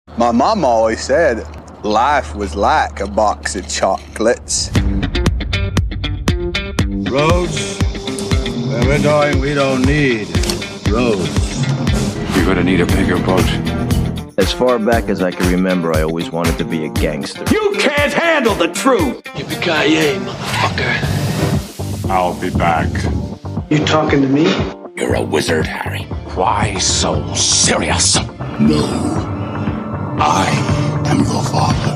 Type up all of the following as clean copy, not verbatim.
My mom always said life was like a box of chocolates. Roads? Where we're going, we don't need roads. You're gonna need a bigger boat. As far back as I can remember, I always wanted to be a gangster. You can't handle the truth! Yippee-ki-yay, motherfucker. I'll be back. You talking to me? You're a wizard, Harry. Why so serious? No. I am your father.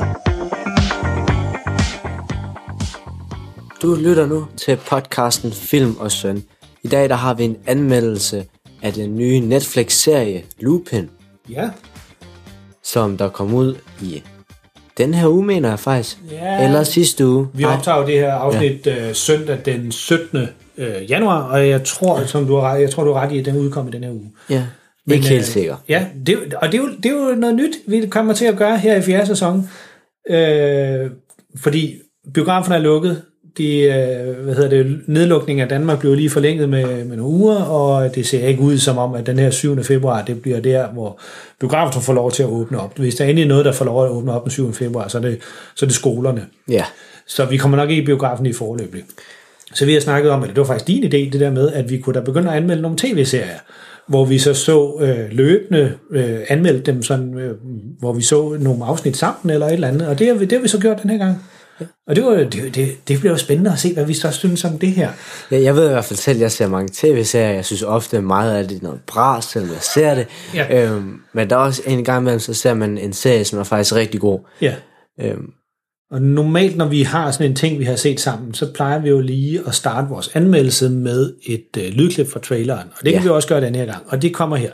Du lytter nu til podcasten Film og Søn. I dag der har vi en anmeldelse af den nye Netflix-serie Lupin. Ja. Som der kom ud i den her uge, mener jeg faktisk. Ja. Eller sidste uge. Vi optager det her afsnit søndag den 17. januar, og jeg tror, du har ret i, at den udkom i den her uge. Ja, men, ikke helt sikker. Ja, det er jo noget nyt, vi kommer til at gøre her i 4. sæson. Fordi biograferne er lukket. Nedlukningen af Danmark blev lige forlænget med nogle uger, og det ser ikke ud som om, at den her 7. februar, det bliver der, hvor biograferne får lov til at åbne op. Hvis der er endelig noget, der får lov at åbne op den 7. februar, så er det skolerne. Ja. Så vi kommer nok ikke i biografen i forløbig. Så vi har snakket om, at det var faktisk din idé, det der med, at vi kunne da begynde at anmelde nogle tv-serier, hvor vi så løbende anmeldte dem, sådan, hvor vi så nogle afsnit sammen eller et eller andet, og det har vi så gjort den her gang. Ja. Og det bliver jo spændende at se, hvad vi så synes om det her. Ja, jeg ved i hvert fald selv, at jeg ser mange tv-serier. Jeg synes ofte meget af det er noget bras, selvom jeg ser det. Ja. Men der er også en gang imellem, så ser man en serie, som er faktisk rigtig god. Ja. Og normalt, når vi har sådan en ting, vi har set sammen, så plejer vi jo lige at starte vores anmeldelse med et lydklip fra traileren. Og det kan vi også gøre den her gang. Og det kommer her.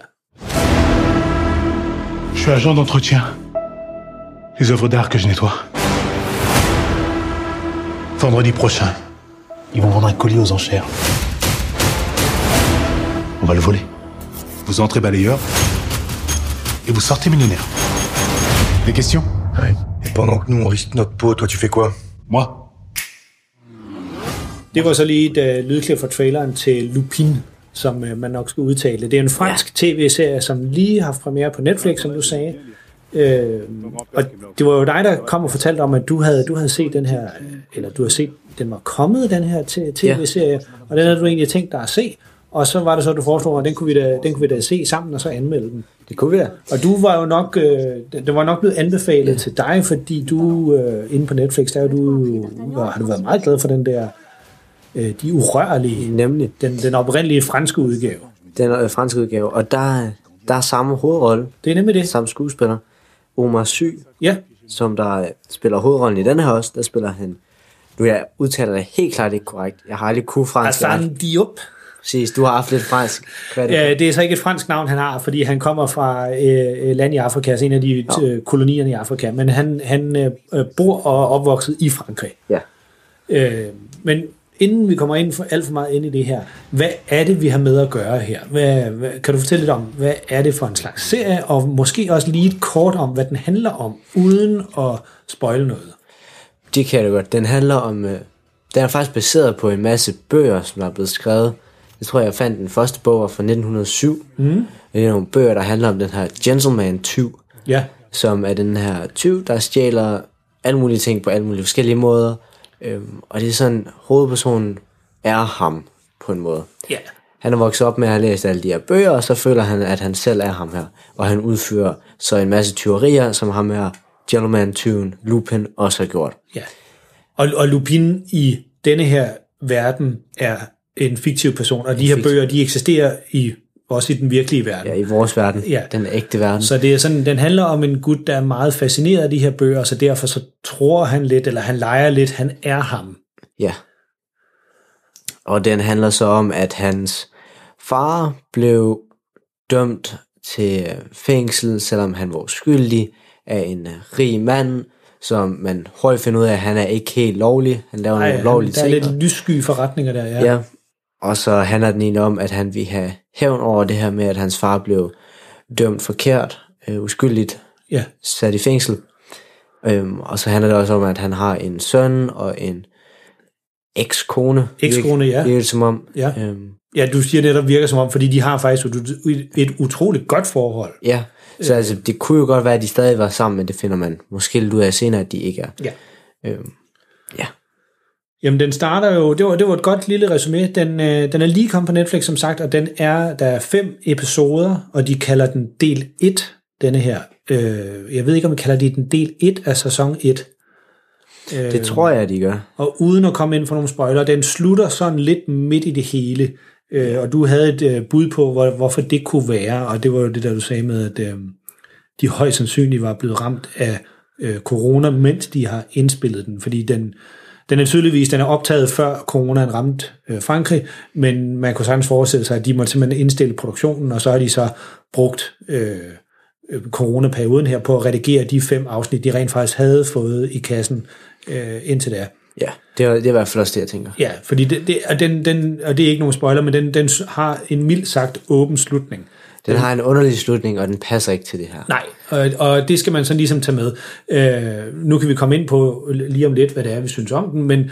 Je suis agent d'entretien. Les œuvres d'art que je nettoie. Vendredi prochain, ils vont vendre un colis aux enchères. On va le voler. Vous entrez balayeur et vous sortez millionnaire. Des questions? Oui. Et pendant que nous on risque notre peau, toi tu fais quoi? Moi? Det var så lige et lydklip fra traileren til Lupin, som man nok skal udtale. Det er en fransk tv-serie, som lige har haft premiere på Netflix, som du sagde. Og det var jo dig, der kom og fortalte om, at du havde set den her, eller du har set, den var kommet, den her tv-serie, og den havde du egentlig tænkt dig at se, og så var det så, du foreslog, at den kunne vi da se sammen, og så anmelde den. Det kunne vi da. Og du var jo nok, det var nok blevet anbefalet til dig, fordi du, inde på Netflix, der har du været meget glad for den der, de urørlige, nemlig den oprindelige franske udgave. Den franske udgave, og der er samme hovedrolle. Det er nemlig det. Samme skuespiller. Omar Sy, ja, som der spiller hovedrollen i denne her også, der spiller han, jeg udtaler det helt klart ikke korrekt, jeg har aldrig kunne fransk. Hassan Diop. Præcis, du har haft lidt fransk. Ja, det er så ikke et fransk navn, han har, fordi han kommer fra land i Afrika, altså en af de kolonierne i Afrika, men han bor og er opvokset i Frankrig. Ja. Men inden vi kommer alt for meget ind i det her, hvad er det, vi har med at gøre her? Kan du fortælle lidt om, hvad er det for en slags serie, og måske også lige et kort om, hvad den handler om, uden at spoile noget? Det kan jeg godt. Den handler om, den er faktisk baseret på en masse bøger, som er blevet skrevet. Jeg tror, jeg fandt den første bog fra 1907. Det er nogle bøger, der handler om den her gentleman-tyv, som er den her tyv, der stjæler alle mulige ting på alle mulige forskellige måder. Og det er sådan, hovedpersonen er ham på en måde. Yeah. Han er vokset op med at have læst alle de her bøger, og så føler han, at han selv er ham her. Og han udfører så en masse tyverier, som ham her, gentleman-tyven Lupin, også har gjort. Ja. Og Lupin i denne her verden er en fiktiv person, og de her bøger, de eksisterer også i den virkelige verden. Ja, i vores verden. Ja. Den ægte verden. Så det er sådan, den handler om en gut, der er meget fascineret af de her bøger, så derfor så tror han lidt, eller han leger lidt, han er ham. Ja. Og den handler så om, at hans far blev dømt til fængsel, selvom han var uskyldig, af en rig mand, som man hurtigt finder ud af, at han er ikke helt lovlig. Han laver nogle lovlige ting. Der er lidt lyssky forretninger der, ja. Og så handler den egentlig om, at han vil have hævn over det her med, at hans far blev dømt forkert, uskyldigt, sat i fængsel. Og så handler det også om, at han har en søn og en ekskone. Ekskone, ja. Virker det som om. Ja. Ja, du siger netop virker som om, fordi de har faktisk et utroligt godt forhold. Ja, Så altså, det kunne jo godt være, at de stadig var sammen, men det finder man måske lidt ud af senere, at de ikke er. Ja. Ja. Jamen, den starter jo, det var et godt lille resumé. Den er lige kommet på Netflix, som sagt, og der er 5 episoder, og de kalder den del 1, denne her. Jeg ved ikke, om vi kalder det den del 1 af sæson 1. Det tror jeg, de gør. Og uden at komme ind for nogle spoiler, den slutter sådan lidt midt i det hele. Og du havde et bud på, hvorfor det kunne være, og det var jo det, der du sagde med, at de højst sandsynligt var blevet ramt af corona, mens de har indspillet den, fordi den er tydeligvis, den er optaget før coronaen ramte Frankrig, men man kunne sagtens forestille sig, at de måtte simpelthen indstille produktionen, og så har de så brugt coronaperioden her på at redigere de 5 afsnit, de rent faktisk havde fået i kassen indtil da. Ja, det er i hvert fald også det, jeg tænker. Ja, fordi og det er ikke nogen spoiler, men den har en mildt sagt åben slutning. Den har en underlig slutning, og den passer ikke til det her. Nej, og det skal man sådan ligesom tage med. Nu kan vi komme ind på lige om lidt, hvad det er, vi synes om den, men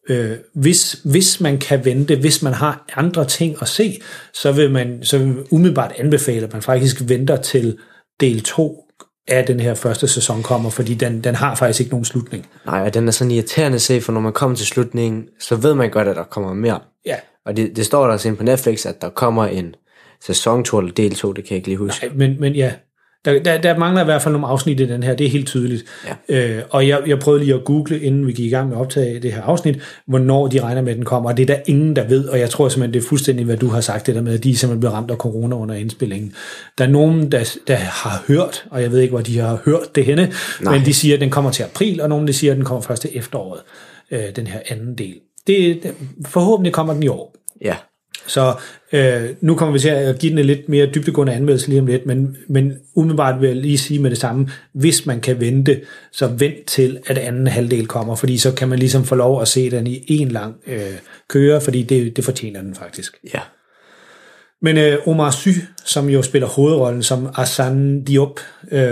hvis man kan vente, hvis man har andre ting at se, så vil umiddelbart anbefale, at man faktisk venter til del 2 af den her første sæson kommer, fordi den har faktisk ikke nogen slutning. Nej, og den er sådan irriterende at se, for når man kommer til slutningen, så ved man godt, at der kommer mere. Ja. Og det står der også inde på Netflix, at der kommer en sæson 2 eller del 2, det kan jeg ikke lige huske. Nej, men ja, der mangler i hvert fald nogle afsnit i den her, det er helt tydeligt. Ja. Og jeg prøvede lige at google, inden vi gik i gang med at optage det her afsnit, hvornår de regner med, at den kommer, og det er der ingen, der ved, og jeg tror simpelthen, det er fuldstændig, hvad du har sagt, det der med, at de simpelthen bliver ramt af corona under indspillingen. Der er nogen, der har hørt, og jeg ved ikke, hvor de har hørt det henne, men de siger, at den kommer til april, og nogen, der siger, at den kommer først til efteråret, den her anden del. Forhåbentlig kommer den i år. Ja. Så nu kommer vi til at give den en lidt mere dybdegående anmeldelse lige om lidt, men umiddelbart vil jeg lige sige med det samme, hvis man kan vente, så vent til, at anden halvdel kommer, fordi så kan man ligesom få lov at se den i en lang køre, fordi det fortjener den faktisk. Ja. Men Omar Sy, som jo spiller hovedrollen som Assane Diop,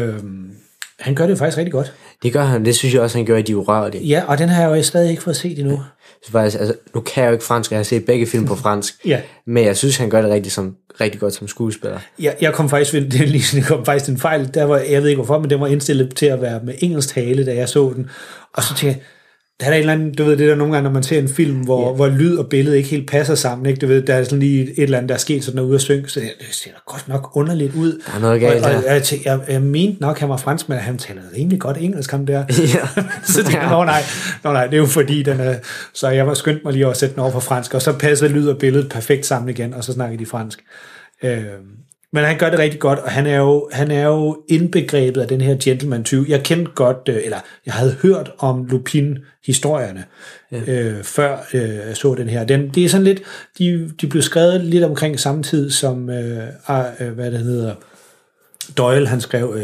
han gør det faktisk rigtig godt. Det gør han, det synes jeg også, han gør i De Urørlige. Ja, og den har jeg jo stadig ikke fået set endnu. Så faktisk, altså, nu kan jeg jo ikke fransk, jeg har set begge film på fransk, men jeg synes, han gør det rigtig godt som skuespiller. Jeg kom faktisk til en fejl, jeg ved ikke hvorfor, men den var indstillet til at være med engelsk tale, da jeg så den, og så tænkte jeg, der er der en eller anden, du ved det der nogle gange, når man ser en film, hvor lyd og billede ikke helt passer sammen, ikke? Du ved, der er sådan lige et eller andet, der er sket sådan noget ude at synge, så det ser da godt nok underligt ud. Der er noget galt og jeg mente nok, han var fransk, men han taler rimelig godt engelsk, ham der. Ja. Så tænkte jeg, nej, det er jo fordi, den er, så jeg var skyndt mig lige at sætte den over på fransk, og så passede lyd og billede perfekt sammen igen, og så snakkede de fransk. Men han gør det rigtig godt, og han er jo indbegrebet af den her gentleman-tyv. Jeg kendte godt, eller jeg havde hørt om Lupin-historierne, før jeg så den her. Det er sådan lidt, de blev skrevet lidt omkring samme tid som, hvad det hedder, Doyle, han skrev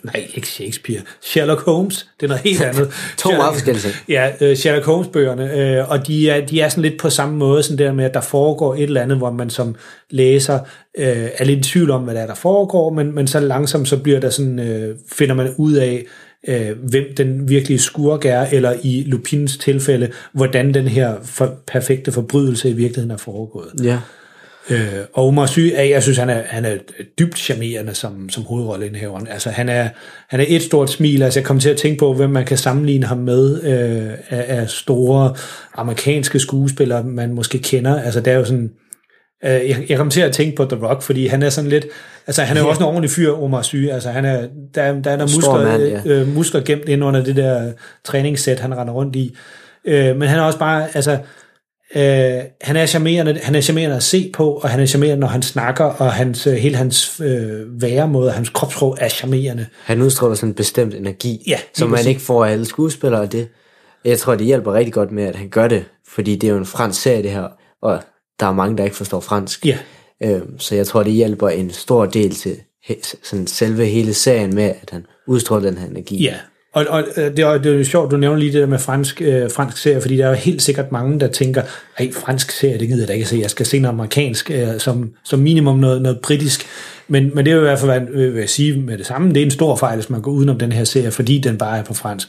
Sherlock Holmes, det er noget helt andet. To meget forskellige. Ja, Sherlock Holmes-bøgerne, og de er sådan lidt på samme måde, sådan der med, at der foregår et eller andet, hvor man som læser er lidt i tvivl om, hvad der foregår, men så langsomt, så bliver der sådan, finder man ud af, hvem den virkelige skurk er, eller i Lupins tilfælde, hvordan den her perfekte forbrydelse i virkeligheden er foregået. Ja. Og Omar Sy, jeg synes, han er dybt charmerende som hovedrolleindhaveren. Altså, han er et stort smil. Altså, jeg kom til at tænke på, hvem man kan sammenligne ham med af store amerikanske skuespillere, man måske kender. Altså, der er jo sådan... Jeg kom til at tænke på The Rock, fordi han er sådan lidt... Altså, han er jo også en ordentlig fyr, Omar Sy. Altså, der er muskler gemt ind under det der træningssæt, han render rundt i. Men han er også bare... Altså, han er charmerende at se på, og han er charmerende, når han snakker, og hele hans væremåde, hans kropssprog er charmerende. Han udstråler sådan en bestemt energi, som man ikke får af alle skuespillere, og jeg tror, det hjælper rigtig godt med, at han gør det, fordi det er jo en fransk serie, det her, og der er mange, der ikke forstår fransk. Ja. Så jeg tror, det hjælper en stor del til sådan selve hele serien med, at han udstråler den her energi. Ja. Og det er jo sjovt, du nævner lige det der med fransk serie, fordi der er jo helt sikkert mange, der tænker, fransk serie, det gider jeg da ikke se, jeg skal se noget amerikansk, som minimum noget britisk, men det er jo i hvert fald, hvad jeg vil sige med det samme, det er en stor fejl, hvis man går udenom den her serie, fordi den bare er på fransk.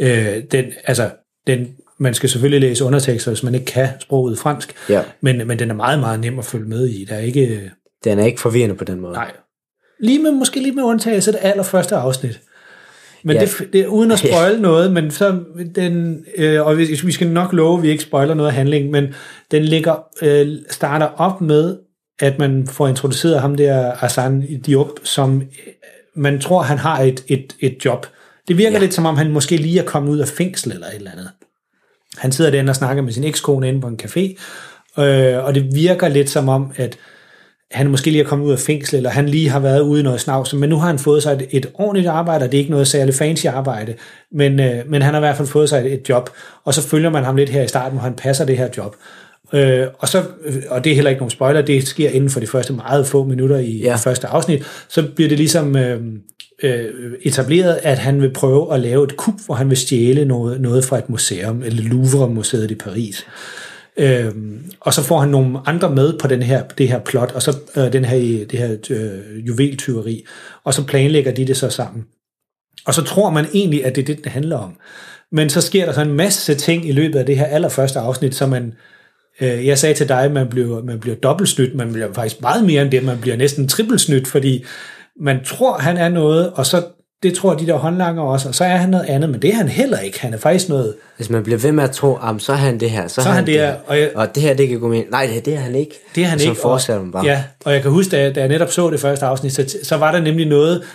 Man skal selvfølgelig læse undertekster, hvis man ikke kan sproget fransk, men den er meget, meget nem at følge med i. Den er ikke forvirrende på den måde. Nej. Måske lige med undtagelse af det allerførste afsnit. Men Ja. det er uden at spoile noget, men så den, og vi skal nok love, at vi ikke spoiler noget af handlingen, men den starter op med, at man får introduceret ham der, Asan Diop, som man tror, han har et job. Det virker lidt som om, han måske lige er kommet ud af fængsel eller et eller andet. Han sidder derinde og snakker med sin ekskone inde på en café, og det virker lidt som om, at han måske lige er kommet ud af fængsel, eller han lige har været ude i noget snavs, men nu har han fået sig et ordentligt arbejde, og det er ikke noget særligt fancy arbejde, men han har i hvert fald fået sig et job, og så følger man ham lidt her i starten, hvor han passer det her job. Og det er heller ikke nogen spoiler, det sker inden for de første meget få minutter i første afsnit, så bliver det ligesom etableret, at han vil prøve at lave et kup, hvor han vil stjæle noget fra et museum, eller Louvre-museet i Paris. Og så får han nogle andre med på det her plot, og så det her juveltyveri, og så planlægger de det så sammen. Og så tror man egentlig, at det er det handler om. Men så sker der så en masse ting i løbet af det her allerførste afsnit, så jeg sagde til dig, man bliver dobbeltsnydt, man bliver faktisk meget mere end det, man bliver næsten trippelsnydt, fordi man tror, han er noget, og så det tror de der håndlanger også, og så er han noget andet, men det er han heller ikke. Han er faktisk noget... Hvis man bliver ved med at tro, så er han det her, så er han det her. Og det her, det kan gå med. Nej, det er han ikke. Det er han ikke. Så fortsætter man bare. Ja, og jeg kan huske, da jeg netop så det første afsnit, så var der nemlig noget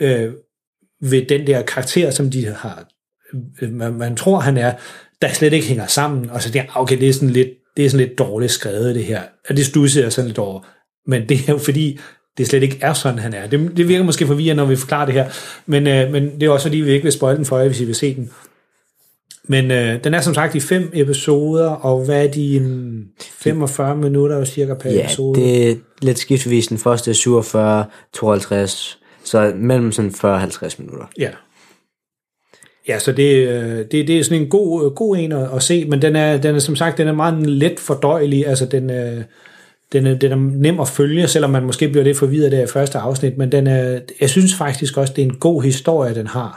ved den der karakter, som de har, man tror, han er, der slet ikke hænger sammen, og så der, okay, det er sådan lidt dårligt skrevet, det her. Og det studser jeg sådan lidt over. Men det er jo fordi, det slet ikke er sådan, han er. Det virker måske forvirrende, når vi forklarer det her, men det er også fordi, vi ikke vil spoile den for jer, hvis I vil se den. Men den er som sagt i 5 episoder, og hvad er de 45 minutter cirka per episode? Ja, det er lidt skiftvis. Den første er 47, 52, så mellem sådan 40-50 minutter. Ja. Ja, så det er sådan en god en at se, men den er som sagt, den er meget let fordøjelig, altså den er nem at følge, selvom man måske bliver lidt forvirret der i første afsnit, men jeg synes faktisk også, det er en god historie, den har.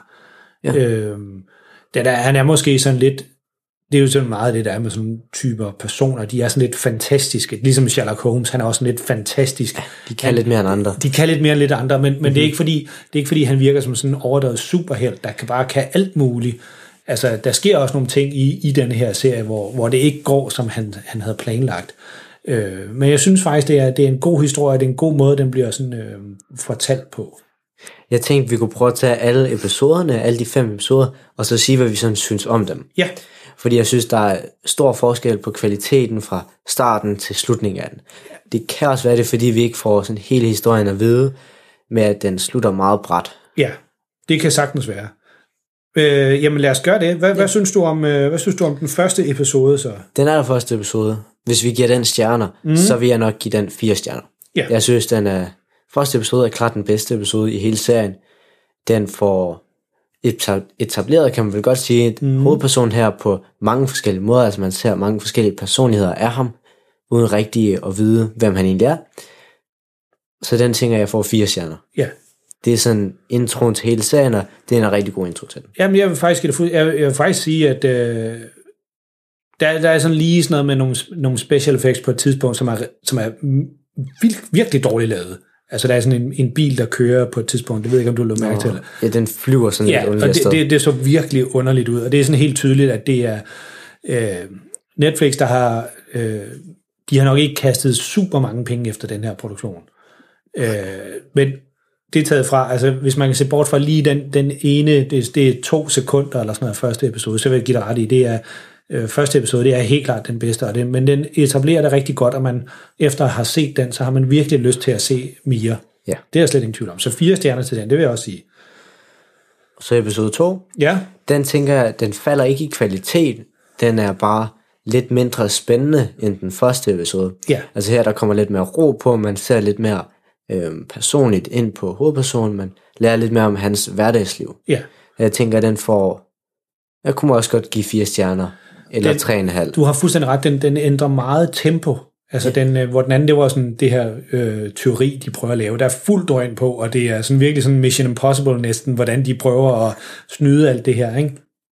Ja. Han er måske sådan lidt, det er jo sådan meget det, der er med sådan typer personer, de er sådan lidt fantastiske, ligesom Sherlock Holmes, han er også sådan lidt fantastisk. Ja, de kan lidt mere end andre. De kan lidt mere end lidt andre, men det er ikke fordi, han virker som sådan en overdrevet superhelt, der kan alt muligt. Altså, der sker også nogle ting i den her serie, hvor det ikke går, som han havde planlagt. Men jeg synes faktisk, det er en god historie, det er en god måde, den bliver sådan fortalt på. Jeg tænkte, vi kunne prøve at tage alle episoderne, alle de 5 episoder, og så sige, hvad vi sådan synes om dem. Ja. Fordi jeg synes, der er stor forskel på kvaliteten fra starten til slutningen af den. Det kan også være det, fordi vi ikke får sådan hele historien at vide, med at den slutter meget brat. Ja, det kan sagtens være. Jamen lad os gøre det. Hvad synes du om den første episode så? Den allerførste episode, hvis vi giver den stjerner, så vil jeg nok give den 4 stjerner. Ja. Jeg synes, første episode er klart den bedste episode i hele serien. Den får etableret, kan man vel godt sige, hovedpersonen her på mange forskellige måder, altså man ser mange forskellige personligheder af ham, uden rigtig at vide, hvem han egentlig er. Så den tænker jeg får 4 stjerner. Ja. Det er sådan introen til hele serien, og det er en rigtig god intro til den. Jamen, jeg vil faktisk sige, at der er sådan lige sådan noget med nogle special effects på et tidspunkt, som er virkelig dårligt lavet. Altså, der er sådan en bil, der kører på et tidspunkt. Det ved jeg ikke, om du har lagt mærke til det. Ja, den flyver sådan lidt underligt. Ja, og det så virkelig underligt ud. Og det er sådan helt tydeligt, at det er Netflix, der har... de har nok ikke kastet super mange penge efter den her produktion. Men det er taget fra... Altså, hvis man kan se bort fra lige den ene... Det er 2 sekunder eller sådan noget første episode, så vil jeg give dig ret i. Det er... første episode, det er helt klart den bedste, men den etablerer det rigtig godt, og man efter at have set den, så har man virkelig lyst til at se mere. Ja. Det er jeg slet ingen tvivl om. Så 4 stjerner til den, det vil jeg også sige. Så episode 2, ja. Den tænker jeg, den falder ikke i kvalitet, den er bare lidt mindre spændende end den første episode. Ja. Altså her, der kommer lidt mere ro på, man ser lidt mere personligt ind på hovedpersonen, man lærer lidt mere om hans hverdagsliv. Ja. Jeg tænker, den får... Jeg kunne også godt give 4 stjerner. Eller 3,5. Du har fuldstændig ret, den ændrer meget tempo. Altså hvor den anden, det var sådan det her teori, de prøver at lave. Der er fuld drøn på, og det er sådan virkelig sådan Mission Impossible næsten, hvordan de prøver at snyde alt det her, ikke?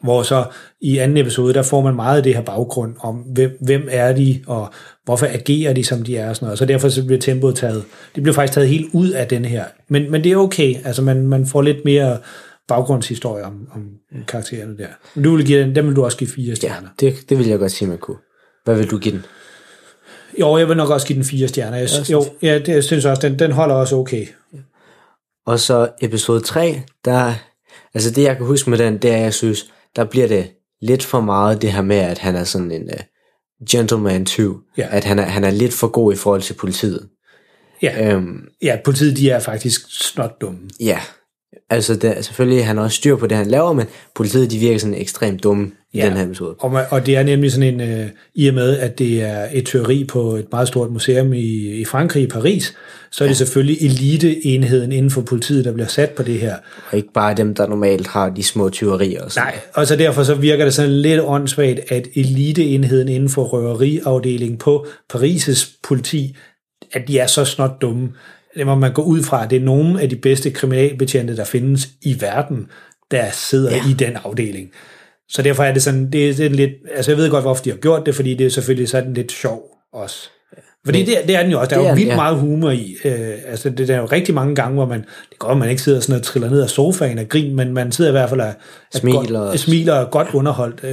hvor så i anden episode, der får man meget af det her baggrund om, hvem er de, og hvorfor agerer de, som de er, og sådan noget. Så derfor så bliver tempoet taget. Det bliver faktisk taget helt ud af den her. Men det er okay. Altså, man får lidt mere baggrundshistorie om karaktererne der. Men du vil give den, dem vil du også give 4 stjerner. Ja, det vil jeg godt sige, man kunne. Hvad vil du give den? Jo, jeg vil nok også give den 4 stjerner. Jeg synes også, den holder også okay. Og så episode 3, altså det jeg kan huske med den, det er, jeg synes, der bliver det lidt for meget det her med, at han er sådan en gentleman-tyv. Ja. At han er lidt for god i forhold til politiet. Ja, politiet, de er faktisk snot dumme. Ja, altså selvfølgelig han har også styr på det, han laver, men politiet, de virker sådan ekstremt dumme i den her episode. Og det er nemlig sådan en, i og med, at det er et tyveri på et meget stort museum i Frankrig, i Paris, så er det selvfølgelig eliteenheden inden for politiet, der bliver sat på det her. Og ikke bare dem, der normalt har de små tyverier. Og nej, og så derfor så virker det sådan lidt åndssvagt, at eliteenheden inden for røveriafdelingen på Paris' politi, at de er så snot dumme. Det må man gå ud fra, det er nogle af de bedste kriminalbetjente, der findes i verden, der sidder i den afdeling. Så derfor er det sådan, det er lidt, altså jeg ved godt, hvorfor de har gjort det, fordi det er selvfølgelig sådan lidt sjov også. Fordi det er den jo også, der er jo vildt meget humor i. Altså det er jo rigtig mange gange, hvor det går, man ikke sidder sådan og triller ned af sofaen og grin, men man sidder i hvert fald og smiler og godt underholdt.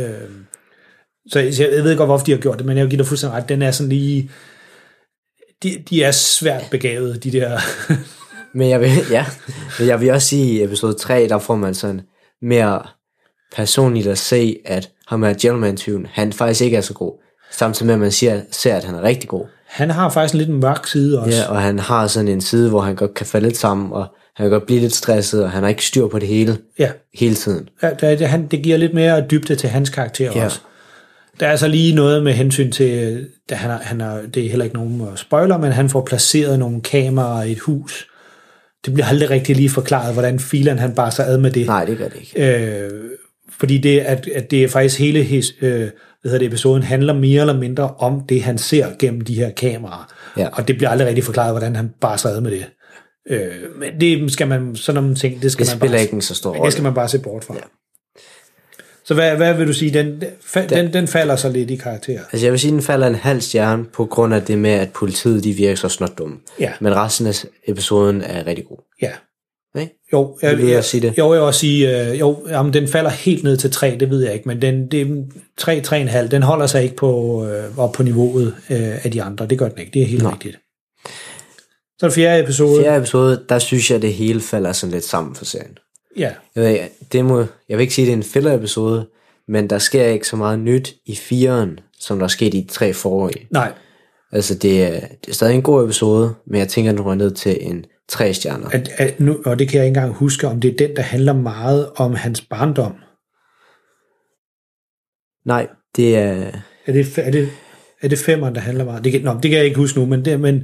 Så jeg ved godt, hvorfor de har gjort det, men jeg vil give dig fuldstændig ret, den er sådan lige... De er svært begavet, de der... Men jeg vil også sige, i episode 3, der får man sådan mere personligt at se, at ham er gentleman-tyven, han faktisk ikke er så god. Samtidig med, at man ser, at han er rigtig god. Han har faktisk en lidt mørk side også. Ja, og han har sådan en side, hvor han godt kan falde lidt sammen, og han kan godt blive lidt stresset, og han har ikke styr på det hele, hele tiden. Ja, det giver lidt mere dybde til hans karakter også. Der er altså lige noget med hensyn til, det er heller ikke nogen spoiler, men han får placeret nogle kameraer i et hus. Det bliver aldrig rigtig lige forklaret, hvordan filen han bare så ad med det. Nej, det gør det ikke. Fordi det er faktisk hele episoden handler mere eller mindre om det, han ser gennem de her kameraer. Ja. Og det bliver aldrig rigtig forklaret, hvordan han bare så ad med det. Men det skal man, sådan nogle ting, det spiller ikke så stor rolle. Det skal man bare se bort fra. Ja. Så hvad vil du sige, den falder så lidt i karakter? Altså jeg vil sige, den falder en halv stjerne på grund af det med, at politiet de virker så snot dumme. Ja. Men resten af episoden er rigtig god. Ja. Okay? Jo, jeg vil sige det. Jo, jeg vil også sige, jamen, den falder helt ned til 3, det ved jeg ikke, men det 3,5, den holder sig ikke op på niveauet af de andre. Det gør den ikke, det er helt rigtigt. Så 4. episode. 4. episode, der synes jeg, det hele falder sådan lidt sammen for serien. Ja. Jeg vil ikke sige, at det er en filler-episode, men der sker ikke så meget nyt i 4'eren, som der skete i de 3 forrige. Nej. Altså, det er stadig en god episode, men jeg tænker, at den rører ned til en 3 stjerner. Og det kan jeg ikke engang huske, om det er den, der handler meget om hans barndom. Nej, det er... Er det 5'eren, der handler meget? Det kan jeg ikke huske nu, men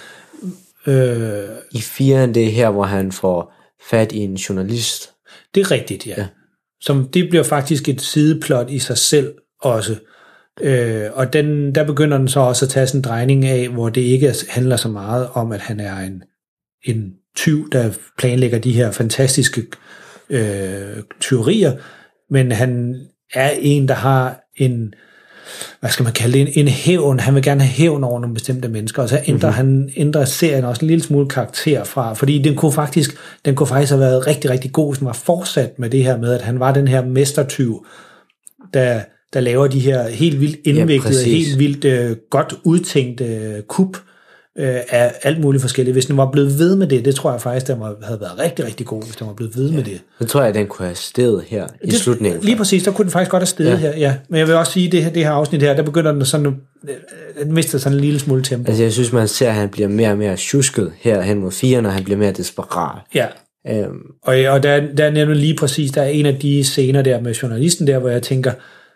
i 4'eren, det er her, hvor han får fat i en journalist. Det er rigtigt, ja. Det bliver faktisk et sideplot i sig selv også. Og der begynder den så også at tage sådan en drejning af, hvor det ikke handler så meget om, at han er en tyv, der planlægger de her fantastiske tyverier, men han er en, der har en, hvad skal man kalde det, en hævn. Han vil gerne have hævn over nogle bestemte mennesker, og så ændrer serien også en lille smule karakter fra, fordi den kunne faktisk have været rigtig, rigtig god, som var fortsat med det her med, at han var den her mestertyv, der laver de her helt vildt indviklede, helt vildt godt udtænkte kup af alt muligt forskelligt. Hvis den var blevet ved med det tror jeg faktisk, den havde været rigtig, rigtig god, hvis den var blevet ved med det. Så tror jeg, den kunne have steget her i slutningen. Lige præcis, der kunne den faktisk godt have steget her, ja. Men jeg vil også sige, det her afsnit her, der begynder den sådan, den mister sådan en lille smule tempo. Altså jeg synes, man ser, at han bliver mere og mere tjusket her hen mod 4'erne, og han bliver mere desperat. Ja. Og der er nemlig lige præcis, der er en af de scener der med journalisten der, hvor jeg tænker,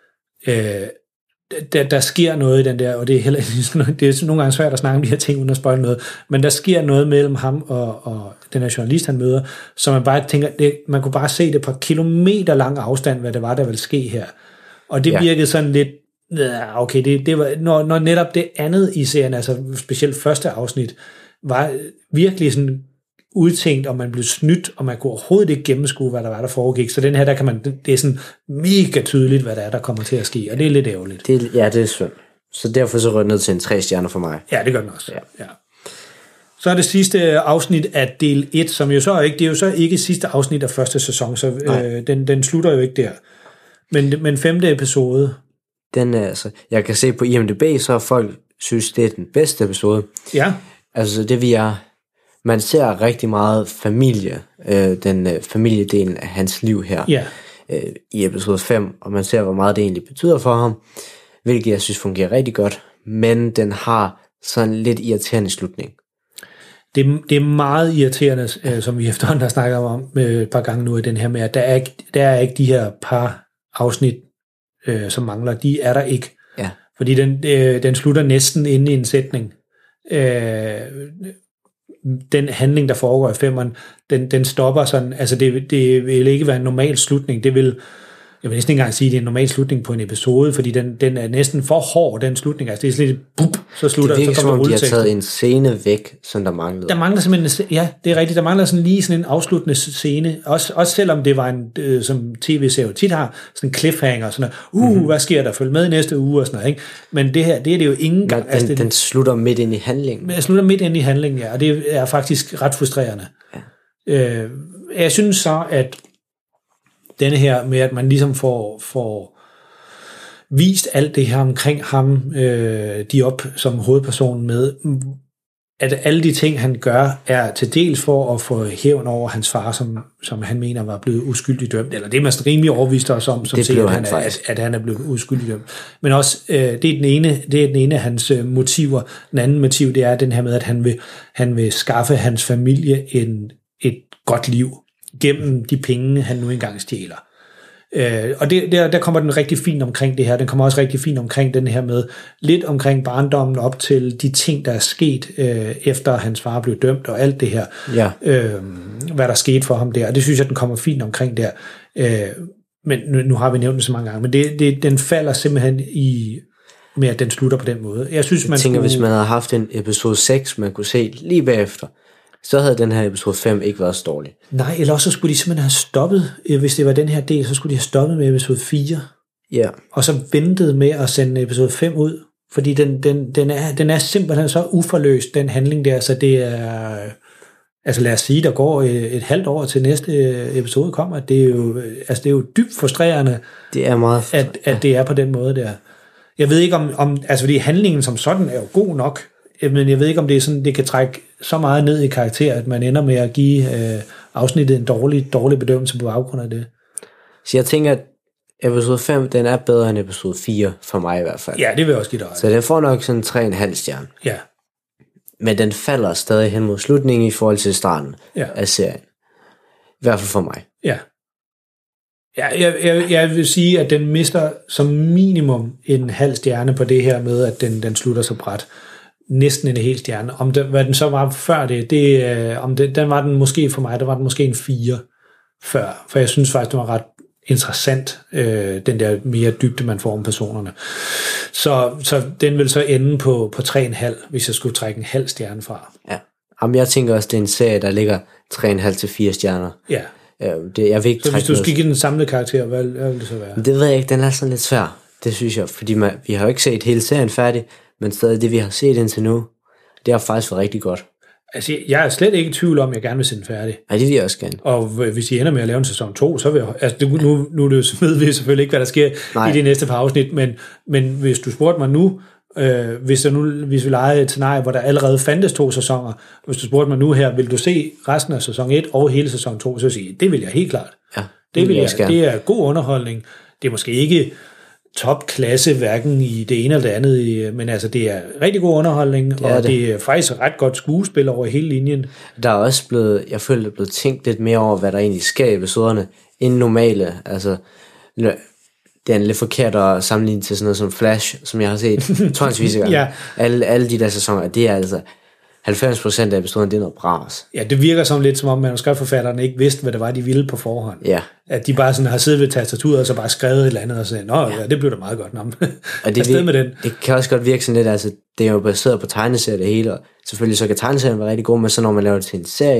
der sker noget i den der, og det er heller det er nogle gange svært at snakke om de her ting uden at spoile noget, men der sker noget mellem ham og den her journalist, han møder, så man bare tænker, man kunne bare se det på kilometer lang afstand, hvad det var, der ville ske her. Og det virkede sådan lidt, okay, det var, når netop det andet i serien, altså specielt første afsnit, var virkelig sådan udtænkt, og man blev snydt, og man kunne overhovedet ikke gennemskue, hvad der var, der foregik. Så den her, der kan man, det er sådan mega tydeligt, hvad der kommer til at ske, og det er lidt ærgerligt. Det er synd. Så derfor så rød ned til en 3 stjerner for mig. Ja, det gør den også. Ja. Så er det sidste afsnit af del 1, som jo så ikke, det er jo så ikke sidste afsnit af første sæson, så den slutter jo ikke der. Men 5. episode. Den er altså, jeg kan se på IMDb, så folk synes, det er den bedste episode. Ja. Altså det man ser rigtig meget familie, den familiedelen af hans liv her i episode 5, og man ser, hvor meget det egentlig betyder for ham, hvilket jeg synes fungerer rigtig godt, men den har sådan lidt irriterende slutning. Det er meget irriterende, som vi efterhånden har snakket om et par gange nu i den her med, at der er ikke de her par afsnit, som mangler. De er der ikke. Ja. Fordi den slutter næsten inde i en sætning. Den handling, der foregår i 5'eren, den stopper sådan, altså det vil ikke være en normal slutning. Det vil, jeg vil næsten ikke engang sige, at det er en normal slutning på en episode, fordi den er næsten for hård, den slutning. Altså det er slet så slutter det. Det så virker som om, de har rulleteksten. taget en scene væk, som der manglede. Der mangler simpelthen, ja, det er rigtigt, der mangler sådan lige sådan en afsluttende scene, også selvom det var en, som tv-serier tit har, sådan en cliffhanger, sådan hvad sker der, følg med i næste uge og sådan noget, ikke? Men det her, det er det jo ingen gang. Den slutter midt ind i handlingen. Den slutter midt ind i handlingen, ja, og det er faktisk ret frustrerende. Ja. Jeg synes så, at denne her med, at man ligesom får vist alt det her omkring ham, de op som hovedpersonen med, at alle de ting, han gør, er til dels for at få hævn over hans far, som han mener var blevet uskyldigt dømt, eller det er man rimelig overvist også om, som siger, at han er blevet uskyldigt dømt. Men også, det er den ene af hans motiver. Den anden motiv, det er den her med, at han vil skaffe hans familie et godt liv gennem de penge, han nu engang stjæler. Og der kommer den rigtig fint omkring det her. Den kommer også rigtig fint omkring den her med lidt omkring barndommen op til de ting, der er sket efter hans far blev dømt og alt det her. Ja. Hvad der skete for ham der. Og det synes jeg, den kommer fint omkring der. Men nu har vi nævnt det så mange gange. Men den falder simpelthen i med, at den slutter på den måde. Jeg tænker, hvis man havde haft en episode 6, man kunne se lige bagefter, så havde den her episode 5 ikke været så dårlig. Nej, eller også så skulle de simpelthen have stoppet, hvis det var den her del, så skulle de have stoppet med episode 4. Ja. Og så ventet med at sende episode 5 ud. Fordi den er simpelthen så uforløst, den handling der, så det er... Altså lad os sige, der går et halvt år til næste episode kommer. Det er jo dybt frustrerende, det er meget at det er på den måde der. Jeg ved ikke om altså fordi handlingen som sådan er jo god nok, men jeg ved ikke om det er sådan, det kan trække så meget ned i karakter, at man ender med at give afsnittet en dårlig bedømmelse på baggrund af det. Så jeg tænker, at episode 5, den er bedre end episode 4, for mig i hvert fald. Ja, det vil jeg også give dig. Så den får nok sådan 3,5 stjerne. Ja. Men den falder stadig hen mod slutningen i forhold til starten af serien. I hvert fald for mig. Ja. Jeg vil sige, at den mister som minimum en halv stjerne på det her med, at den slutter så brat. Næsten en hel stjerne. Hvad den så var før den var den måske for mig, der var den måske en 4 før. For jeg synes faktisk, det var ret interessant, den der mere dybde, man får om personerne. Så den vil så ende på 3,5, hvis jeg skulle trække en halv stjerne fra. Ja. Jamen, jeg tænker også, det er en serie, der ligger 3,5 til 4 stjerner. Ja. Jeg vil ikke så hvis du skal give den samlede karakter, hvad vil det så være? Det ved jeg ikke, den er sådan lidt svær. Det synes jeg, fordi vi har jo ikke set hele serien færdig, men stadig det, vi har set indtil nu, det har faktisk været rigtig godt. Altså, jeg er slet ikke i tvivl om, at jeg gerne vil se den færdig. Nej, det vil jeg også gerne. Og hvis I ender med at lave en sæson 2, så vil jeg... Altså, nu ved vi selvfølgelig ikke, hvad der sker i de næste par afsnit, men hvis du spurgte mig nu, hvis vi legede et scenarie, hvor der allerede fandtes 2 sæsoner, hvis du spurgte mig nu her, vil du se resten af sæson 1 og hele sæson 2, så vil jeg sige, det vil jeg helt klart. Ja, det vil jeg. Det er god underholdning. Det er måske ikke topklasse, hverken i det ene eller det andet, men altså det er rigtig god underholdning, og det er faktisk ret godt skuespil over hele linjen. Der er også jeg føler, der er blevet tænkt lidt mere over, hvad der egentlig sker i episoderne, end normale. Altså, det er lidt forkert at sammenligne til sådan noget som Flash, som jeg har set tonsvis af gange. Ja. Alle de der sæsoner, det er altså 90% af episoden, det er noget bras. Ja, det virker som lidt som om manuskriptforfatterne ikke vidste, hvad det var, de ville på forhånd. Ja. At de bare sådan har siddet ved tastaturet og så bare skrevet et eller andet og sagt, ja, det blev da meget godt. Og det, med den. Det kan også godt virke sådan lidt, altså det er jo baseret på tegneserier det hele, og selvfølgelig så kan tegneserien være rigtig god, men så når man laver det til en serie,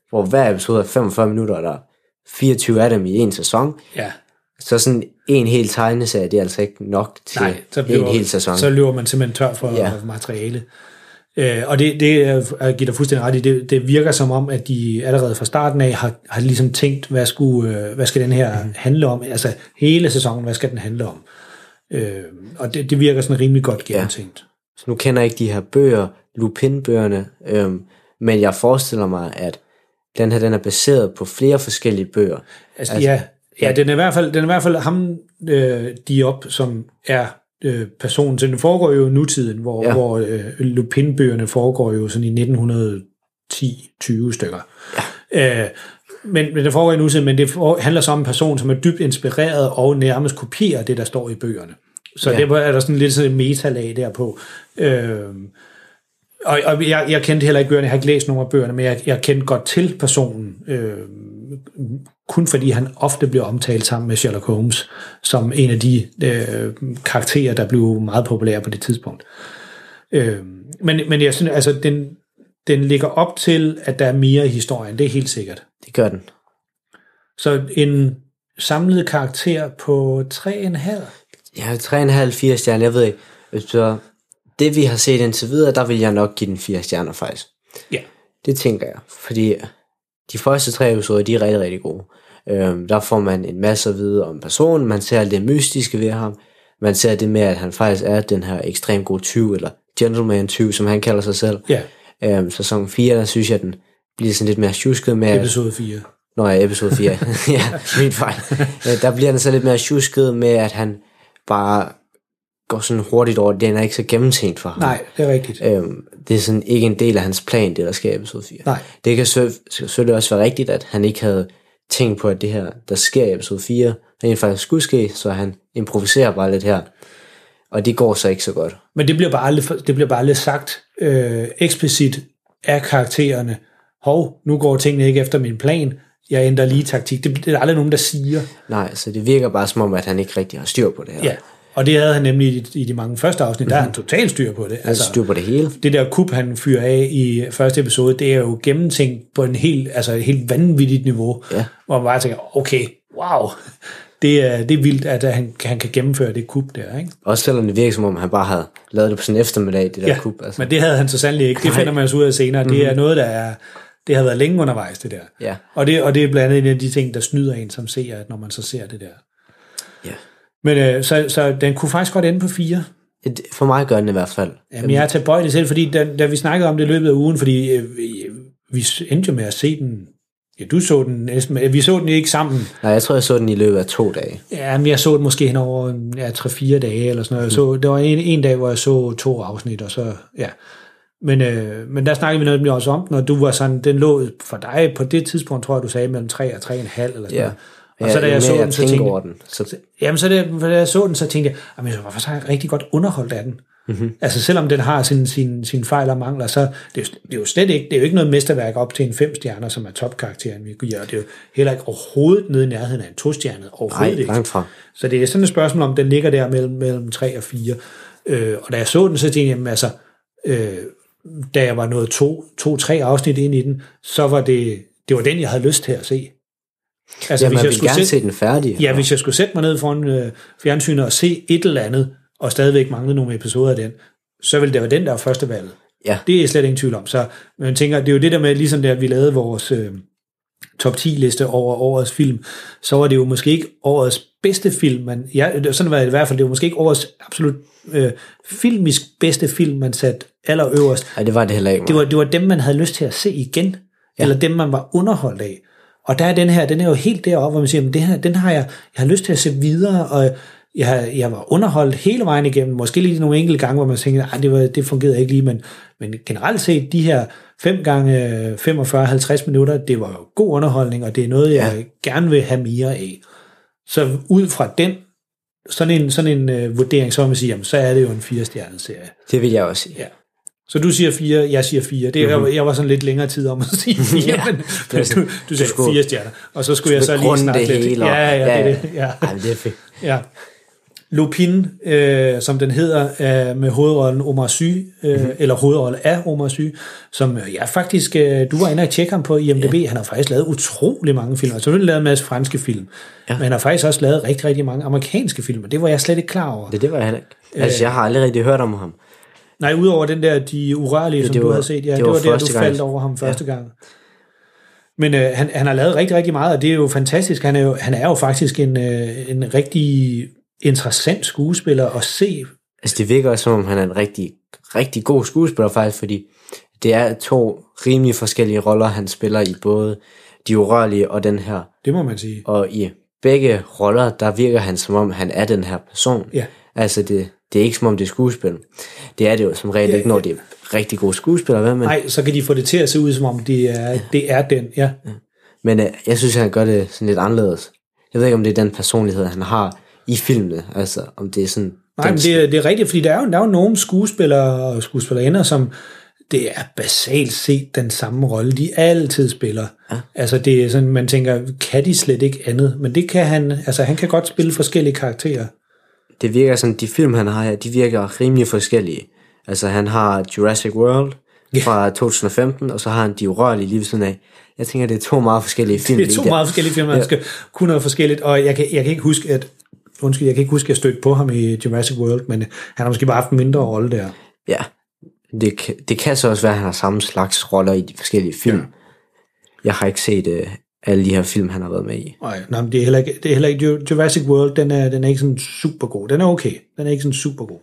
hvor hver episode er 45 minutter, og der er 24 af dem i en sæson. Ja. Så sådan en hel tegneserie, det er altså ikke nok til en hel sæson. Så løber man simpelthen tør for materiale. Og det giver dig fuldstændig ret i, det virker som om, at de allerede fra starten af har ligesom tænkt, hvad skal den her handle om? Altså hele sæsonen, hvad skal den handle om? Og det virker sådan rimelig godt gennemtænkt. Så nu kender jeg ikke de her bøger, Lupin-bøgerne, men jeg forestiller mig, at den er baseret på flere forskellige bøger. Altså, den er i hvert fald ham, Diop, som er personen. Så den foregår jo i nutiden, hvor Lupin-bøgerne foregår jo sådan i 1910-20 stykker. Ja. Men det foregår i nutiden, men det handler så om en person, som er dybt inspireret og nærmest kopierer det, der står i bøgerne. Så det er der sådan lidt sådan et metalag derpå. Og jeg kendte heller ikke bøgerne, jeg har ikke læst nogen af bøgerne, men jeg kendte godt til personen, kun fordi han ofte blev omtalt sammen med Sherlock Holmes, som en af de karakterer, der blev meget populære på det tidspunkt. Men jeg synes, altså, den ligger op til, at der er mere i historien, det er helt sikkert. Det gør den. Så en samlet karakter på 3,5? Ja, 3,5-4 stjerner, jeg ved ikke. Så det vi har set indtil videre, der vil jeg nok give den 4 stjerner faktisk. Ja. Det tænker jeg, fordi de første 3 episoder, de er rigtig, rigtig gode. Der får man en masse at vide om personen, man ser det mystiske ved ham, man ser det med, at han faktisk er den her ekstremt god tyv, eller gentleman tyv, som han kalder sig selv. Ja. Sæson 4, der synes jeg, den bliver sådan lidt mere tjusket med... Episode 4. Nå ja, episode 4. Ja, min fejl. Der bliver den så lidt mere tjusket med, at han bare går sådan hurtigt over, den er ikke så gennemtænkt for ham. Nej, det er rigtigt. Det er sådan ikke en del af hans plan, det der sker i episode 4. Nej. Det kan selvfølgelig også være rigtigt, at han ikke havde tænkt på, at det her, der sker i episode 4, rent faktisk skulle ske, så han improviserer bare lidt her. Og det går så ikke så godt. Men det bliver bare aldrig sagt eksplicit af karaktererne. Nu går tingene ikke efter min plan, jeg ændrer lige taktik. Det er aldrig nogen, der siger. Nej, så det virker bare som om, at han ikke rigtig har styr på det her. Ja, og det havde han nemlig i de mange første afsnit, der er han totalt styr på det. Altså, styr på det hele. Det der kup, han fyrer af i første episode, det er jo gennemtænkt på et helt vanvittigt niveau, hvor man bare tænker, okay, wow, det er vildt, at han kan gennemføre det kup der, ikke? Også selvom det virker som om, han bare havde lavet det på sådan en eftermiddag, det der kup. Altså. Men det havde han så sandelig ikke. Det finder man så ud af senere. Det er noget, det har været længe undervejs, det der. Ja. Og det er blandt andet en af de ting, der snyder en som ser, når man så ser det der. Ja. Men så den kunne faktisk godt ende på 4. For mig gør den i hvert fald. Jamen, jeg har taget bøjt selv, fordi da vi snakkede om det i løbet af ugen, fordi vi endte jo med at se den. Ja, du så den næsten. Vi så den ikke sammen. Nej, jeg tror, jeg så den i løbet af 2 dage. Ja, men jeg så den måske hen over 3-4 dage, eller sådan noget. Der var en dag, hvor jeg så 2 afsnit, og så, ja. Men der snakkede vi noget også om den, og du var sådan, den lå for dig på det tidspunkt, tror jeg, du sagde mellem 3 og 3,5 eller sådan noget. Og så da jeg så den, så tænkte jeg, da jeg så den, så tænkte jeg, jeg var faktisk rigtig godt underholdt af den. Mm-hmm. Altså selvom den har sin fejl og mangler, så det er jo slet ikke, det er jo ikke noget mesterværk op til en 5 stjerner, som er topkarakteren, vi giver, og det er jo heller ikke overhovedet nede i nærheden af en 2-stjernet, overhovedet ikke. Langt fra. Så det er sådan et spørgsmål, om den ligger der mellem 3 og 4. Og da jeg så den, så tænkte jeg, da jeg var nået 2-3 afsnit ind i den, så var det var den, jeg havde lyst til at se. Altså, ja, hvis jeg skulle se den færdig. Ja, hvis jeg skulle sætte mig ned foran fjernsynet og se et eller andet, og stadigvæk mangle nogle episoder af den, så ville det være den, der var første valget. Ja. Det er slet ingen tvivl om. Så man tænker, det er jo det der med, ligesom da vi lavede vores top 10 liste over årets film, så var det jo måske ikke årets bedste film, sådan var det i hvert fald, det var måske ikke årets absolut filmisk bedste film, man satte allerøverst. Nej, det var det heller ikke. Det var dem, man havde lyst til at se igen, eller dem, man var underholdt af. Og der er den er jo helt deroppe, hvor man siger, men det her, den har jeg har lyst til at se videre, og jeg var underholdt hele vejen igennem, måske lige nogle enkelte gange, hvor man tænkte, det fungerede ikke lige, men generelt set, de her 5 gange 45-50 minutter, det var jo god underholdning, og det er noget, jeg gerne vil have mere af. Så ud fra den, sådan en vurdering, så vil man sige, jamen, så er det jo en 4-stjernet serie. Det vil jeg også sige. Ja. Så du siger 4, jeg siger 4. Jeg var sådan lidt længere tid om at sige 4, men du sagde 4 stjerner. Og så skulle jeg så lige snakke lidt. Hele Ja, det er det. Ja. Ej, det er fedt. Ja. Lupin, som den hedder, med hovedrollen Omar Sy, eller hovedrollen af Omar Sy, som faktisk, du var inde og tjekke ham på IMDb, han har faktisk lavet utrolig mange film, altså han har lavet en masse franske film, men han har faktisk også lavet rigtig, rigtig mange amerikanske film, og det var jeg slet ikke klar over. Det var jeg heller ikke. Altså, jeg har aldrig rigtig hørt om ham. Nej, udover den der De Urørlige, som du havde set, det var der, du faldt over ham første gang. Men han har lavet rigtig, rigtig meget, og det er jo fantastisk. Han er jo faktisk en rigtig interessant skuespiller at se. Altså det virker også, som om han er en rigtig, rigtig god skuespiller faktisk, fordi det er 2 rimelig forskellige roller, han spiller i både De Urørlige og den her. Det må man sige. Og i begge roller, der virker han, som om han er den her person. Ja. Altså det er ikke som om det er skuespil. Det er det jo som regel ikke, når det er rigtig gode skuespillere. Nej, så kan de få det til at se ud, som om det er den, ja. Men jeg synes, han gør det sådan lidt anderledes. Jeg ved ikke, om det er den personlighed, han har i filmene. Altså, om det er sådan... Nej, men det er rigtigt, fordi der er jo nogle skuespillere og skuespillerinder, som det er basalt set den samme rolle, de altid spiller. Ja. Altså, det er sådan, man tænker, kan de slet ikke andet? Men det kan han, altså han kan godt spille forskellige karakterer. Det virker sådan, de film, han har her, de virker rimelig forskellige. Altså, han har Jurassic World fra 2015, og så har han De Urørlige lige ved siden af. Jeg tænker, det er 2 meget forskellige film. Det er 2 meget forskellige film, man skal kunne noget forskelligt, og jeg kan ikke huske, at jeg stødte på ham i Jurassic World, men han har måske bare haft en mindre rolle der. Ja, det kan så også være, at han har samme slags roller i de forskellige film. Ja. Jeg har ikke set alle de her film, han har været med i. Nej, men det er heller ikke Jurassic World, den er ikke sådan super god. Den er okay, den er ikke sådan super god.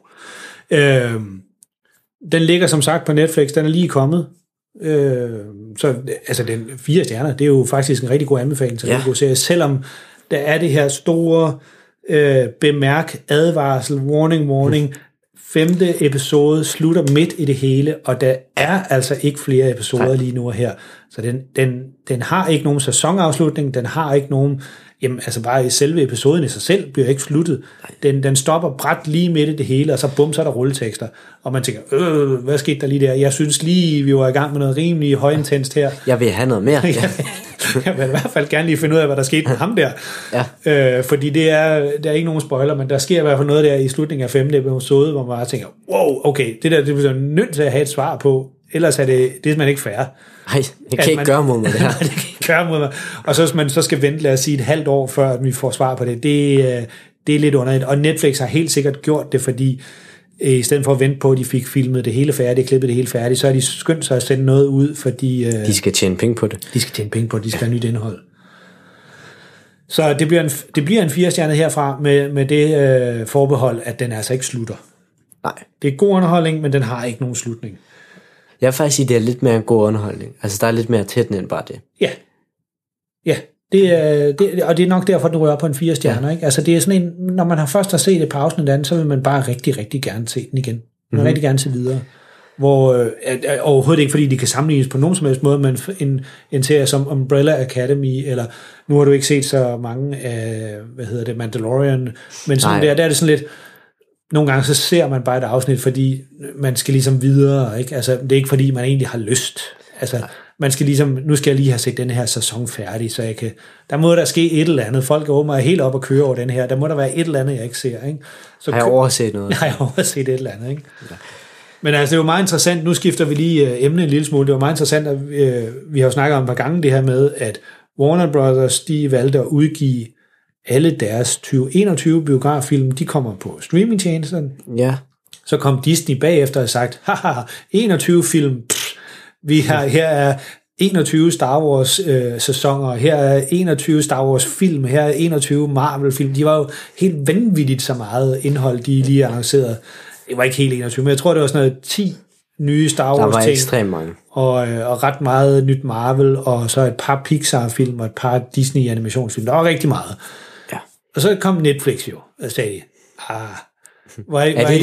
Den ligger som sagt på Netflix, den er lige kommet. Så altså den 4 stjerner, det er jo faktisk en rigtig god anbefaling til at se, selvom der er det her store bemærk, advarsel, warning, 5. episode slutter midt i det hele, og der er altså ikke flere episoder lige nu her, så den har ikke nogen sæsonafslutning, den har ikke nogen, jamen altså bare i selve episoden i sig selv bliver ikke sluttet, den stopper brat lige midt i det hele, og så bum, så er der rulletekster, og man tænker, hvad skete der lige der? Jeg synes lige, vi var i gang med noget rimelig højintenst her. Jeg vil have noget mere. Jeg vil i hvert fald gerne lige finde ud af, hvad der skete med ham der. Ja. Fordi der er ikke nogen spoiler, men der sker i hvert fald noget der i slutningen af 5. episode, hvor man bare tænker, wow, okay, det bliver nødt til at have et svar på, ellers er det simpelthen ikke fair. Nej, det kan ikke gøre mod mig det her. Det kan ikke gøre mod mig. Og så hvis man så skal vente, lad os sige, et halvt år, før at vi får svar på det, det er lidt underligt. Og Netflix har helt sikkert gjort det, fordi i stedet for at vente på, at de fik filmet det hele færdigt, klippet det hele færdigt, så er de skyndt sig at sende noget ud, fordi... de skal tjene penge på det. De skal tjene penge på det, de skal have nyt indhold. Så det bliver en 4-stjernet herfra, med det forbehold, at den altså ikke slutter. Nej. Det er god underholdning, men den har ikke nogen slutning. Jeg vil faktisk sige, at det er lidt mere en god underholdning. Altså, der er lidt mere tæt end bare det. Ja. Ja, og det er nok derfor, den rører på en 4 stjerner. Ikke? Altså, det er sådan en, når man først har set et par afsnit af den, så vil man bare rigtig, rigtig gerne se den igen. Man vil rigtig gerne se videre. Hvor overhovedet ikke, fordi de kan sammenlignes på nogen som helst måde, men en serie som Umbrella Academy, eller nu har du ikke set så mange af, Mandalorian, men sådan der er det sådan lidt, nogle gange så ser man bare et afsnit, fordi man skal ligesom videre, ikke? Altså, det er ikke fordi, man egentlig har lyst. Altså, man skal ligesom, nu skal jeg lige have set den her sæson færdig, så jeg kan, der må der ske et eller andet. Folk er åbenbart helt op og køre over den her. Der må der være et eller andet, jeg ikke ser, ikke? Så har jeg overset noget? Har jeg overset et eller andet, ikke? Ja. Men altså, det er jo meget interessant. Nu skifter vi lige emne en lille smule. Det var meget interessant, at vi har jo snakket om et par gange det her med, at Warner Brothers, de valgte at udgive alle deres 2021 biograffilm, de kommer på streamingtjenesterne. Ja. Så kom Disney bagefter og sagt, haha, 21 film, her er 21 Star Wars sæsoner, her er 21 Star Wars film, her er 21 Marvel film. De var jo helt vanvittigt så meget indhold, de lige annoncerede. Det var ikke helt 21, men jeg tror, det var sådan noget 10 nye Star Wars ting. Der var ekstremt mange. Og ret meget nyt Marvel, og så et par Pixar-film og et par Disney-animationsfilm. Der var rigtig meget. Ja. Og så kom Netflix jo, og sagde, var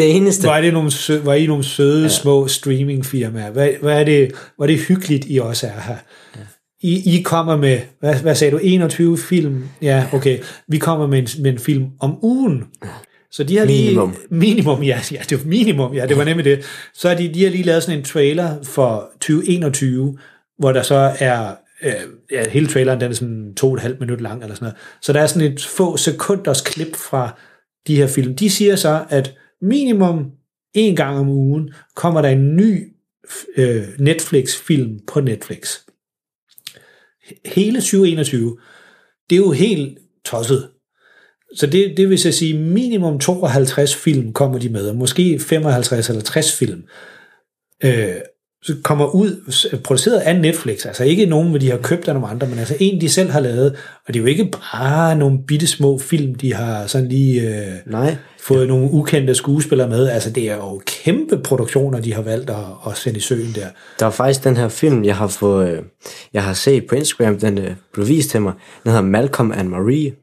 I nogle søde, små streamingfirmaer? Var det hyggeligt, I også er her? Ja. I kommer med, hvad sagde du, 21 film? Ja, okay. Vi kommer med en film om ugen. Så de har minimum, ja, det var minimum, ja, det var nemlig det. Så har de har lige lavet sådan en trailer for 2021, hvor der så er, hele traileren, den er sådan 2,5 minutter lang, eller sådan noget. Så der er sådan et få sekunders klip fra de her film, de siger så, at minimum 1 gang om ugen kommer der en ny Netflix-film på Netflix. Hele 2021, det er jo helt tosset. Så det vil så sige, minimum 52 film kommer de med, og måske 55 eller 60 film. Så kommer ud, produceret af Netflix, altså ikke nogen, hvor de har købt af nogle andre, men altså en, de selv har lavet, og det er jo ikke bare nogle bitte små film, de har sådan lige fået nogle ukendte skuespillere med, altså det er jo kæmpe produktioner, de har valgt at sende i søen der. Der er faktisk den her film, jeg har set på Instagram, den blev vist til mig, den hedder Malcolm and Marie.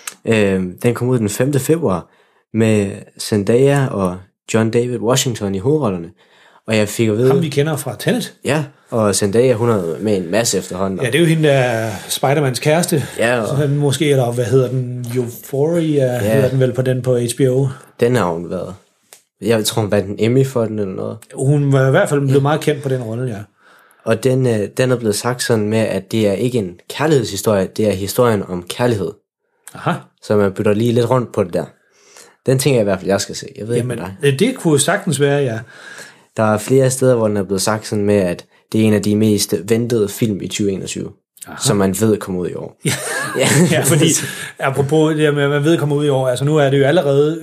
Den kom ud den 5. februar med Zendaya og John David Washington i hovedrollerne. Og jeg fik at vide... Ham vi kender fra Tenet. Ja, og Zendaya, hun er med en masse efterhånden. Ja, det er jo hende, der er Spider-Mans kæreste. Ja, og... Så måske, eller hvad hedder den? Euphoria hedder den vel på den på HBO. Den har hun været. Jeg tror, hun vandt en Emmy for den eller noget. Hun var i hvert fald blevet meget kendt på den rolle, ja. Og den er blevet sagt sådan med, at det er ikke en kærlighedshistorie, det er historien om kærlighed. Aha. Så man bytter lige lidt rundt på det der. Den tænker jeg i hvert fald, jeg skal se. Jeg ved Jamen, ikke, det kunne sagtens være, ja. Der er flere steder, hvor den er blevet sagt sådan med, at det er en af de mest ventede film i 2021. Aha. Som man ved kommer ud i år. Ja, fordi apropos det med, at man ved kommer ud i år, altså nu er det jo allerede,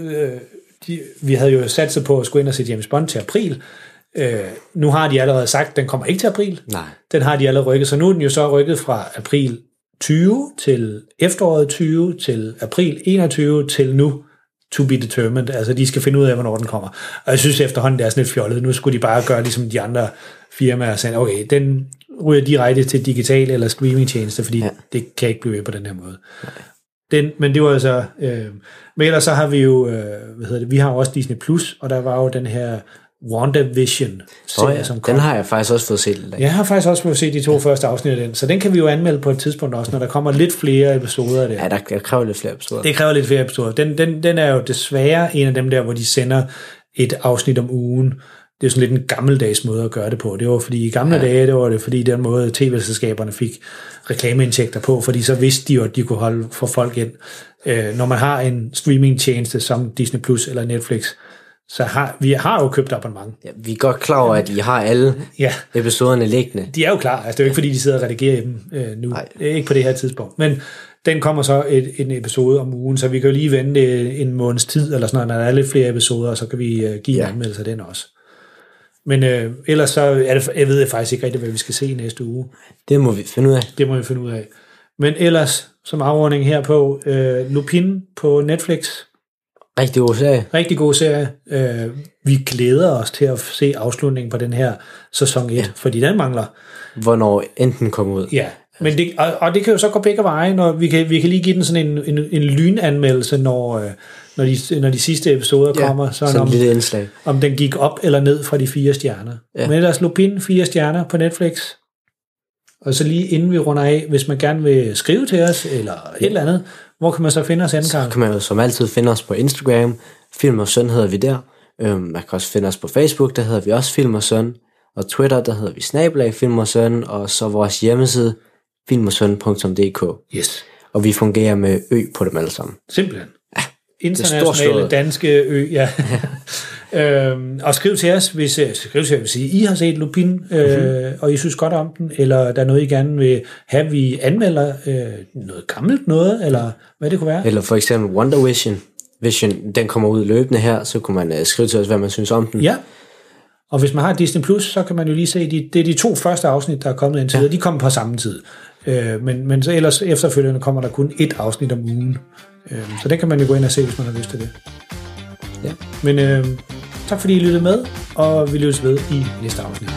vi havde jo satset på at skulle ind og se James Bond til april. Nu har de allerede sagt, at den kommer ikke til april. Nej. Den har de allerede rykket, så nu er den jo så rykket fra april 20 til efteråret 20 til april 21 til nu. To be determined, altså de skal finde ud af, hvornår den kommer. Og jeg synes efterhånden, det er sådan lidt fjollet. Nu skulle de bare gøre ligesom de andre firmaer og sige, okay, den ryger direkte til digital eller streamingtjeneste, fordi det kan ikke blive ved på den her måde. Men det var altså... men ellers så har vi jo... vi har også Disney Plus, og der var jo den her WandaVision-serie, som kom. Den har jeg faktisk også fået set lidt af. Jeg har faktisk også fået set de 2 første afsnit af den, så den kan vi jo anmelde på et tidspunkt også, når der kommer lidt flere episoder af det. Ja, der kræver lidt flere episoder. Det kræver lidt flere episoder. Den er jo desværre en af dem der, hvor de sender et afsnit om ugen. Det er sådan lidt en gammeldags måde at gøre det på. Det var fordi i gamle dage, det var det fordi den måde tv-selskaberne fik reklameindtægter på, fordi så vidste de jo, at de kunne holde for folk ind. Når man har en streamingtjeneste som Disney Plus eller Netflix, så vi har jo købt abonnement. Ja, vi er godt klar over, at I har alle episoderne liggende. De er jo klar. Altså, det er jo ikke, fordi de sidder og redigerer dem nu. Det er ikke på det her tidspunkt. Men den kommer så en episode om ugen, så vi kan jo lige vente en måneds tid, eller sådan noget, når der er lidt flere episoder, så kan vi give en anmeldelse af den også. Men ellers så er det, jeg ved faktisk ikke rigtig, hvad vi skal se næste uge. Det må vi finde ud af. Men ellers, som afrunding her på Lupin på Netflix. Rigtig god serie. Vi glæder os til at se afslutningen på den her sæson 1, fordi den mangler. Hvornår enten kommer ud. Ja, men det kan jo så gå begge veje, når vi kan lige give den sådan en lynanmeldelse, når de sidste episoder kommer. Sådan lille indslag. Om den gik op eller ned fra de 4 stjerner. Ja. Men ellers Lupin 4 stjerner på Netflix. Og så lige inden vi runder af, hvis man gerne vil skrive til os, eller et eller andet, hvor kan man så finde os anden gang? Så kan man jo som altid finde os på Instagram. Film og Søn hedder vi der. Man kan også finde os på Facebook, der hedder vi også Film og Søn. Og Twitter, der hedder vi @Film og Søn. Og så vores hjemmeside, filmogsøn.dk. Yes. Og vi fungerer med ø på dem alle sammen. Simpelthen. Ja, internationale danske ø, ja. Og skriv til os, hvis I har set Lupin, og I synes godt om den, eller der er noget, I gerne vil have, vi anmelder noget gammelt noget, eller hvad det kunne være. Eller for eksempel WandaVision. Den kommer ud løbende her, så kunne man skrive til os, hvad man synes om den. Ja, og hvis man har Disney Plus, så kan man jo lige se, det er de 2 første afsnit, der er kommet indtil videre. De kommer på samme tid. Men så ellers efterfølgende kommer der kun 1 afsnit om ugen. Så det kan man jo gå ind og se, hvis man har lyst til det. Ja. Men tak fordi I lyttede med, og vi lyttes ved i næste afsnit.